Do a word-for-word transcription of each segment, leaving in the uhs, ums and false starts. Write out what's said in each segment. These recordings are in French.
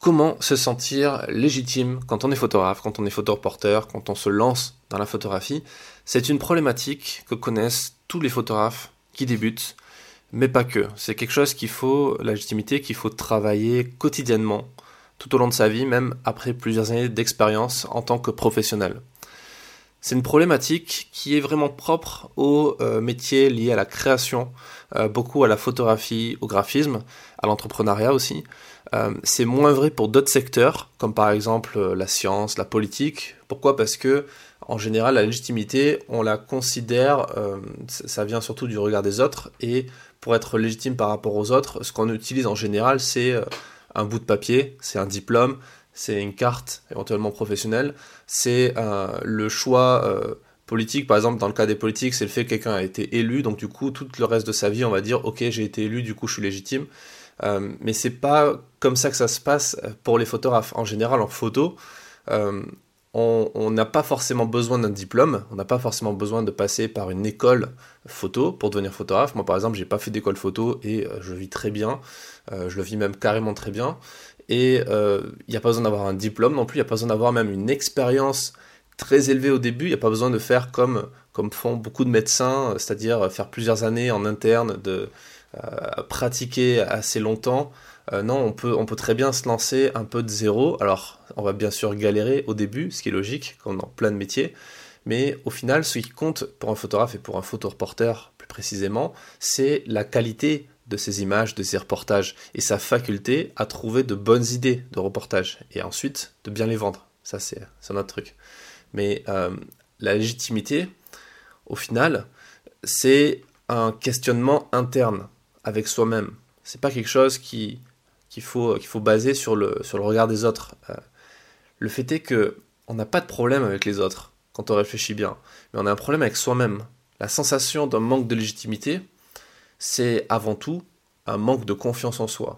Comment se sentir légitime quand on est photographe, quand on est photoreporteur, quand on se lance dans la photographie? C'est une problématique que connaissent tous les photographes qui débutent, mais pas que. C'est quelque chose qu'il faut, la légitimité, qu'il faut travailler quotidiennement, tout au long de sa vie, même après plusieurs années d'expérience en tant que professionnel. C'est une problématique qui est vraiment propre aux euh, métiers liés à la création, euh, beaucoup à la photographie, au graphisme, à l'entrepreneuriat aussi. Euh, c'est moins vrai pour d'autres secteurs, comme par exemple euh, la science, la politique. Pourquoi ? Parce que, en général, la légitimité, on la considère, euh, ça vient surtout du regard des autres, et pour être légitime par rapport aux autres, ce qu'on utilise en général, c'est euh, un bout de papier, c'est un diplôme, c'est une carte éventuellement professionnelle, c'est euh, le choix euh, politique. Par exemple, dans le cas des politiques, c'est le fait que quelqu'un a été élu, donc du coup, tout le reste de sa vie, on va dire, ok, j'ai été élu, du coup, je suis légitime. Euh, mais c'est pas comme ça que ça se passe pour les photographes. En général, en photo, euh, on n'a pas forcément besoin d'un diplôme, on n'a pas forcément besoin de passer par une école photo pour devenir photographe. Moi, par exemple, j'ai pas fait d'école photo et euh, je vis très bien, euh, je le vis même carrément très bien. Et il euh, n'y a pas besoin d'avoir un diplôme non plus, il n'y a pas besoin d'avoir même une expérience très élevée au début, il n'y a pas besoin de faire comme, comme font beaucoup de médecins, c'est-à-dire faire plusieurs années en interne, de euh, pratiquer assez longtemps. Euh, non, on peut, on peut très bien se lancer un peu de zéro. Alors, on va bien sûr galérer au début, ce qui est logique, comme dans plein de métiers, mais au final, ce qui compte pour un photographe et pour un photoreporteur plus précisément, c'est la qualité de ces images, de ces reportages, et sa faculté à trouver de bonnes idées de reportages, et ensuite de bien les vendre. Ça, c'est, c'est un autre truc. Mais euh, la légitimité, au final, c'est un questionnement interne avec soi-même. C'est pas quelque chose qui, qu'il faut, qu'il faut baser sur le, sur le regard des autres. Euh, le fait est que on n'a pas de problème avec les autres, quand on réfléchit bien, mais on a un problème avec soi-même. La sensation d'un manque de légitimité, c'est avant tout un manque de confiance en soi.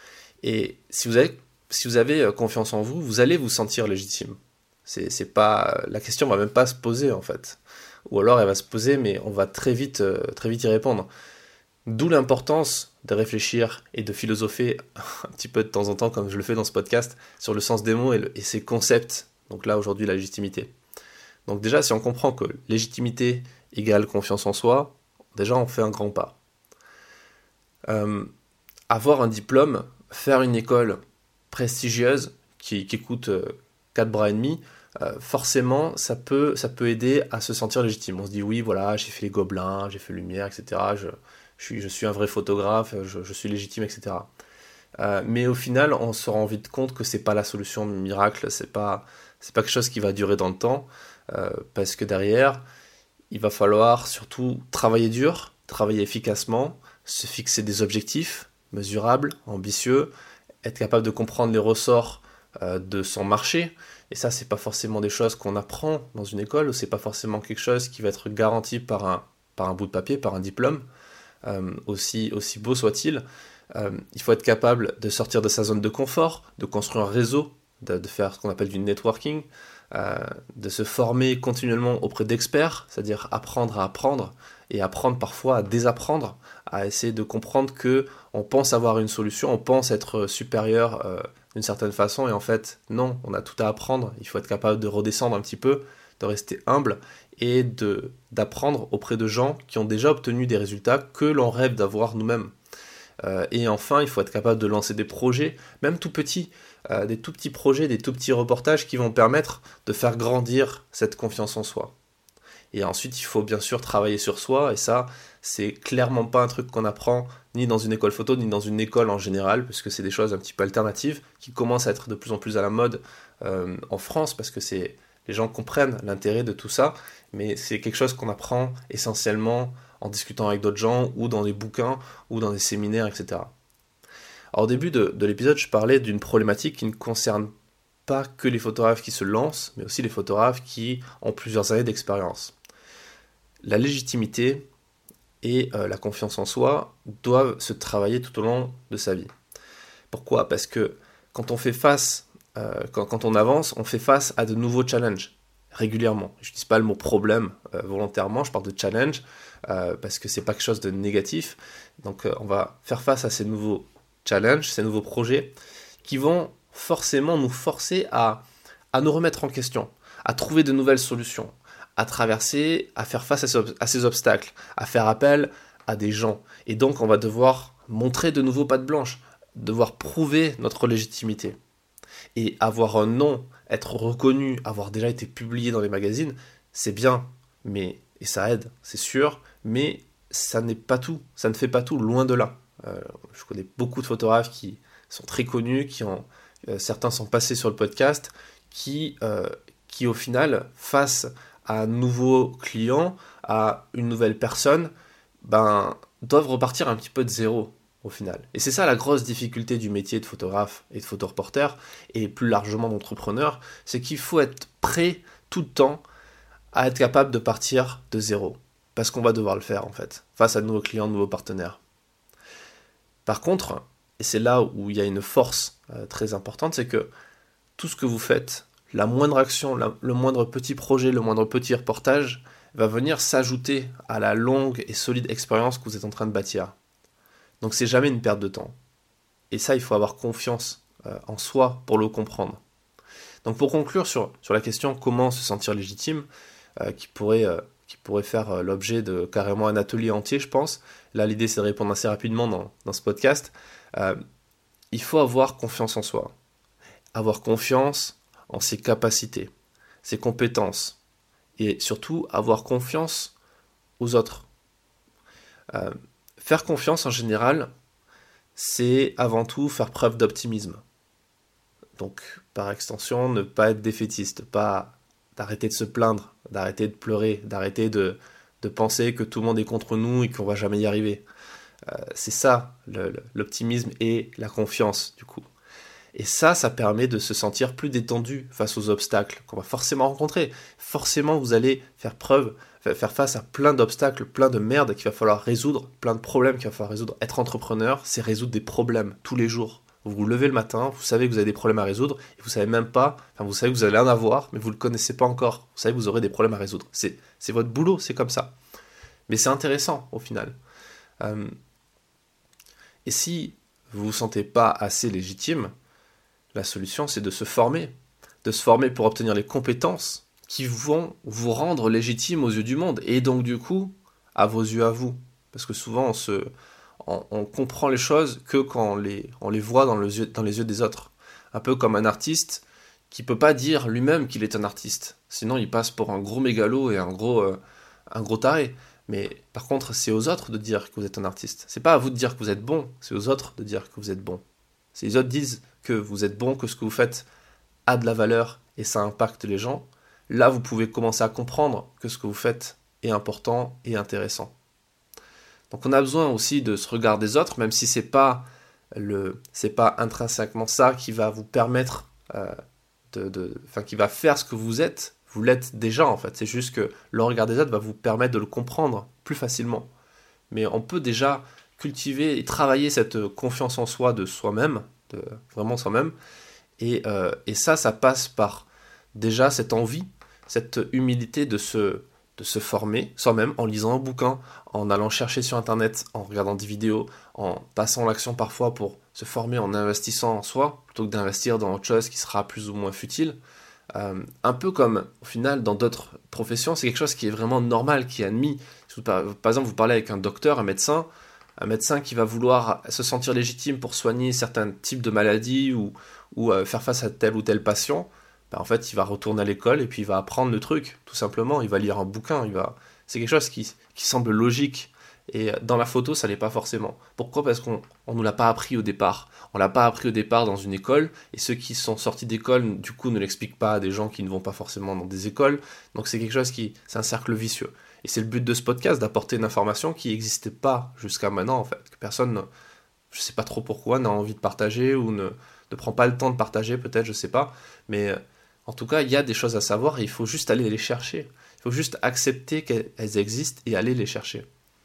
Et si vous avez, si vous avez confiance en vous, vous allez vous sentir légitime. C'est, c'est pas, la question va même pas se poser en fait. Ou alors elle va se poser, mais on va très vite, euh, très vite y répondre. D'où l'importance de réfléchir et de philosopher un petit peu de temps en temps, comme je le fais dans ce podcast, sur le sens des mots et, le, et ses concepts. Donc là, aujourd'hui, la légitimité. Donc déjà, si on comprend que légitimité égale confiance en soi, déjà, on fait un grand pas. Euh, avoir un diplôme, faire une école prestigieuse qui, qui coûte euh, quatre bras et demi, euh, forcément ça peut, ça peut aider à se sentir légitime. On se dit oui, voilà, j'ai fait les Gobelins, j'ai fait Lumière, et cetera. Je, je, suis, je suis un vrai photographe, je, je suis légitime, et cetera. Euh, mais au final, on se rend vite compte que c'est pas la solution miracle, c'est pas, c'est pas quelque chose qui va durer dans le temps, euh, parce que derrière, il va falloir surtout travailler dur, travailler efficacement, se fixer des objectifs mesurables, ambitieux, être capable de comprendre les ressorts euh, de son marché. Et ça, c'est pas forcément des choses qu'on apprend dans une école, ou c'est pas forcément quelque chose qui va être garanti par un, par un bout de papier, par un diplôme, euh, aussi, aussi beau soit-il. Euh, il faut être capable de sortir de sa zone de confort, de construire un réseau, de, de faire ce qu'on appelle du networking, euh, de se former continuellement auprès d'experts, c'est-à-dire apprendre à apprendre, et apprendre parfois à désapprendre, à essayer de comprendre que on pense avoir une solution, on pense être supérieur euh, d'une certaine façon, et en fait, non, on a tout à apprendre. Il faut être capable de redescendre un petit peu, de rester humble, et de, d'apprendre auprès de gens qui ont déjà obtenu des résultats que l'on rêve d'avoir nous-mêmes. Euh, et enfin, il faut être capable de lancer des projets, même tout petits, euh, des tout petits projets, des tout petits reportages qui vont permettre de faire grandir cette confiance en soi. Et ensuite, il faut bien sûr travailler sur soi, et ça, c'est clairement pas un truc qu'on apprend ni dans une école photo, ni dans une école en général, puisque c'est des choses un petit peu alternatives, qui commencent à être de plus en plus à la mode euh, en France, parce que c'est, les gens comprennent l'intérêt de tout ça, mais c'est quelque chose qu'on apprend essentiellement en discutant avec d'autres gens, ou dans des bouquins, ou dans des séminaires, et cetera. Alors au début de, de l'épisode, je parlais d'une problématique qui ne concerne pas que les photographes qui se lancent, mais aussi les photographes qui ont plusieurs années d'expérience. La légitimité et euh, la confiance en soi doivent se travailler tout au long de sa vie. Pourquoi ? Parce que quand on fait face, euh, quand, quand on avance, on fait face à de nouveaux challenges régulièrement. Je n'utilise pas le mot problème euh, volontairement, je parle de challenge euh, parce que c'est pas quelque chose de négatif. Donc euh, on va faire face à ces nouveaux challenges, ces nouveaux projets qui vont forcément nous forcer à, à nous remettre en question, à trouver de nouvelles solutions, à traverser, à faire face à ces, à ces obstacles, à faire appel à des gens. Et donc on va devoir montrer de nouveaux pattes blanches, devoir prouver notre légitimité. Et avoir un nom, être reconnu, avoir déjà été publié dans les magazines, c'est bien, mais, et ça aide, c'est sûr, mais ça n'est pas tout, ça ne fait pas tout, loin de là. Euh, je connais beaucoup de photographes qui sont très connus, qui ont, euh, certains sont passés sur le podcast, qui, euh, qui au final, face à un nouveau client, à une nouvelle personne, ben, doivent repartir un petit peu de zéro au final. Et c'est ça la grosse difficulté du métier de photographe et de photoreporter, et plus largement d'entrepreneur, c'est qu'il faut être prêt tout le temps à être capable de partir de zéro. Parce qu'on va devoir le faire en fait, face à de nouveaux clients, de nouveaux partenaires. Par contre, et c'est là où il y a une force euh, très importante, c'est que tout ce que vous faites, la moindre action, la, le moindre petit projet, le moindre petit reportage, va venir s'ajouter à la longue et solide expérience que vous êtes en train de bâtir. Donc c'est jamais une perte de temps. Et ça, il faut avoir confiance euh, en soi pour le comprendre. Donc pour conclure sur, sur la question comment se sentir légitime, euh, qui pourrait... Euh, qui pourrait faire l'objet de carrément un atelier entier, je pense. Là, l'idée, c'est de répondre assez rapidement dans, dans ce podcast. Euh, il faut avoir confiance en soi. Avoir confiance en ses capacités, ses compétences. Et surtout, avoir confiance aux autres. Euh, faire confiance, en général, c'est avant tout faire preuve d'optimisme. Donc, par extension, ne pas être défaitiste, pas... d'arrêter de se plaindre, d'arrêter de pleurer, d'arrêter de, de penser que tout le monde est contre nous et qu'on va jamais y arriver. Euh, c'est ça, le, le, l'optimisme et la confiance, du coup. Et ça, ça permet de se sentir plus détendu face aux obstacles qu'on va forcément rencontrer. Forcément, vous allez faire preuve, faire face à plein d'obstacles, plein de merde qu'il va falloir résoudre, plein de problèmes qu'il va falloir résoudre. Être entrepreneur, c'est résoudre des problèmes tous les jours. Vous vous levez le matin, vous savez que vous avez des problèmes à résoudre, et vous savez même pas, enfin vous savez que vous allez en avoir, mais vous le connaissez pas encore. Vous savez que vous aurez des problèmes à résoudre. C'est, c'est votre boulot, c'est comme ça. Mais c'est intéressant au final. Euh, et si vous vous sentez pas assez légitime, la solution c'est de se former. De se former pour obtenir les compétences qui vont vous rendre légitime aux yeux du monde, et donc du coup, à vos yeux à vous. Parce que souvent on se... On, on comprend les choses que quand on les, on les voit dans, le yeux, dans les yeux des autres. Un peu comme un artiste qui peut pas dire lui-même qu'il est un artiste. Sinon, il passe pour un gros mégalo et un gros, euh, un gros taré. Mais par contre, c'est aux autres de dire que vous êtes un artiste. C'est pas à vous de dire que vous êtes bon, c'est aux autres de dire que vous êtes bon. Si les autres disent que vous êtes bon, que ce que vous faites a de la valeur et ça impacte les gens, là, vous pouvez commencer à comprendre que ce que vous faites est important et intéressant. Donc on a besoin aussi de ce regard des autres, même si c'est pas le, c'est pas intrinsèquement ça qui va vous permettre, euh, de, de, enfin qui va faire ce que vous êtes. Vous l'êtes déjà en fait. C'est juste que le regard des autres va vous permettre de le comprendre plus facilement. Mais on peut déjà cultiver et travailler cette confiance en soi de soi-même, de vraiment soi-même. Et, euh, et ça, ça passe par déjà cette envie, cette humilité de se de se former soi-même en lisant un bouquin, en allant chercher sur internet, en regardant des vidéos, en passant l'action parfois pour se former en investissant en soi, plutôt que d'investir dans autre chose qui sera plus ou moins futile. Euh, un peu comme, au final, dans d'autres professions, c'est quelque chose qui est vraiment normal, qui est admis. Par, par exemple, vous parlez avec un docteur, un médecin, un médecin qui va vouloir se sentir légitime pour soigner certains types de maladies ou, ou euh, faire face à tel ou tel patient. Ben en fait, il va retourner à l'école et puis il va apprendre le truc, tout simplement. Il va lire un bouquin. Il va... C'est quelque chose qui, qui semble logique. Et dans la photo, ça l'est pas forcément. Pourquoi ? Parce qu'on ne nous l'a pas appris au départ. On l'a pas appris au départ dans une école. Et ceux qui sont sortis d'école, du coup, ne l'expliquent pas à des gens qui ne vont pas forcément dans des écoles. Donc c'est quelque chose qui... C'est un cercle vicieux. Et c'est le but de ce podcast, d'apporter une information qui n'existait pas jusqu'à maintenant, en fait. Que personne, je sais pas trop pourquoi, n'a envie de partager ou ne, ne prend pas le temps de partager, peut-être, je sais pas. Mais... En tout cas, il y a des choses à savoir et il faut juste aller les chercher. Il faut juste accepter qu'elles existent et aller les chercher.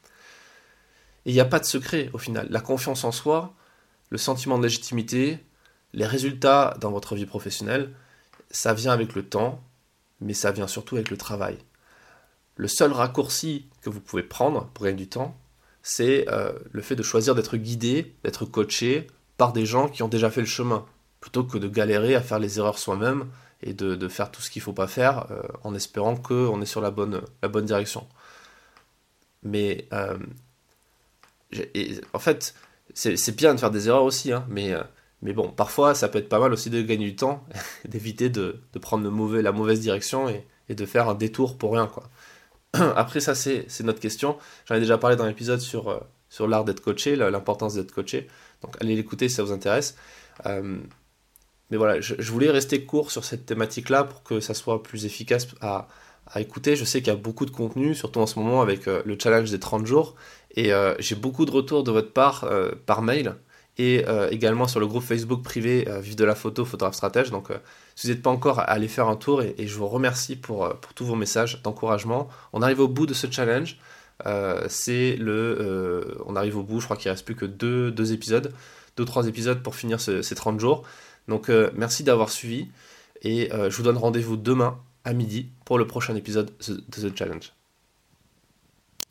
Et il n'y a pas de secret au final. La confiance en soi, le sentiment de légitimité, les résultats dans votre vie professionnelle, ça vient avec le temps, mais ça vient surtout avec le travail. Le seul raccourci que vous pouvez prendre pour gagner du temps, c'est euh, le fait de choisir d'être guidé, d'être coaché par des gens qui ont déjà fait le chemin, plutôt que de galérer à faire les erreurs soi-même et de, de faire tout ce qu'il ne faut pas faire euh, en espérant qu'on est sur la bonne, la bonne direction. Mais euh, et, en fait, c'est, c'est bien de faire des erreurs aussi, hein, mais, euh, mais bon, parfois ça peut être pas mal aussi de gagner du temps, d'éviter de, de prendre le mauvais, la mauvaise direction et, et de faire un détour pour rien, quoi. Après, ça, c'est, c'est notre question. J'en ai déjà parlé dans l'épisode sur, euh, sur l'art d'être coaché, l'importance d'être coaché. Donc, allez l'écouter si ça vous intéresse. Euh, mais voilà, je, je voulais rester court sur cette thématique-là pour que ça soit plus efficace à, à écouter. Je sais qu'il y a beaucoup de contenu, surtout en ce moment avec euh, le challenge des trente jours. Et euh, j'ai beaucoup de retours de votre part euh, par mail et euh, également sur le groupe Facebook privé euh, Vive de la photo, photographe stratège. Donc, euh, si vous n'êtes pas encore, allez faire un tour et, et je vous remercie pour, pour tous vos messages d'encouragement. On arrive au bout de ce challenge. Euh, c'est le, euh, on arrive au bout, je crois qu'il ne reste plus que deux, deux épisodes, deux ou trois épisodes pour finir ce, ces trente jours. Donc euh, merci d'avoir suivi et euh, je vous donne rendez-vous demain à midi pour le prochain épisode de The Challenge.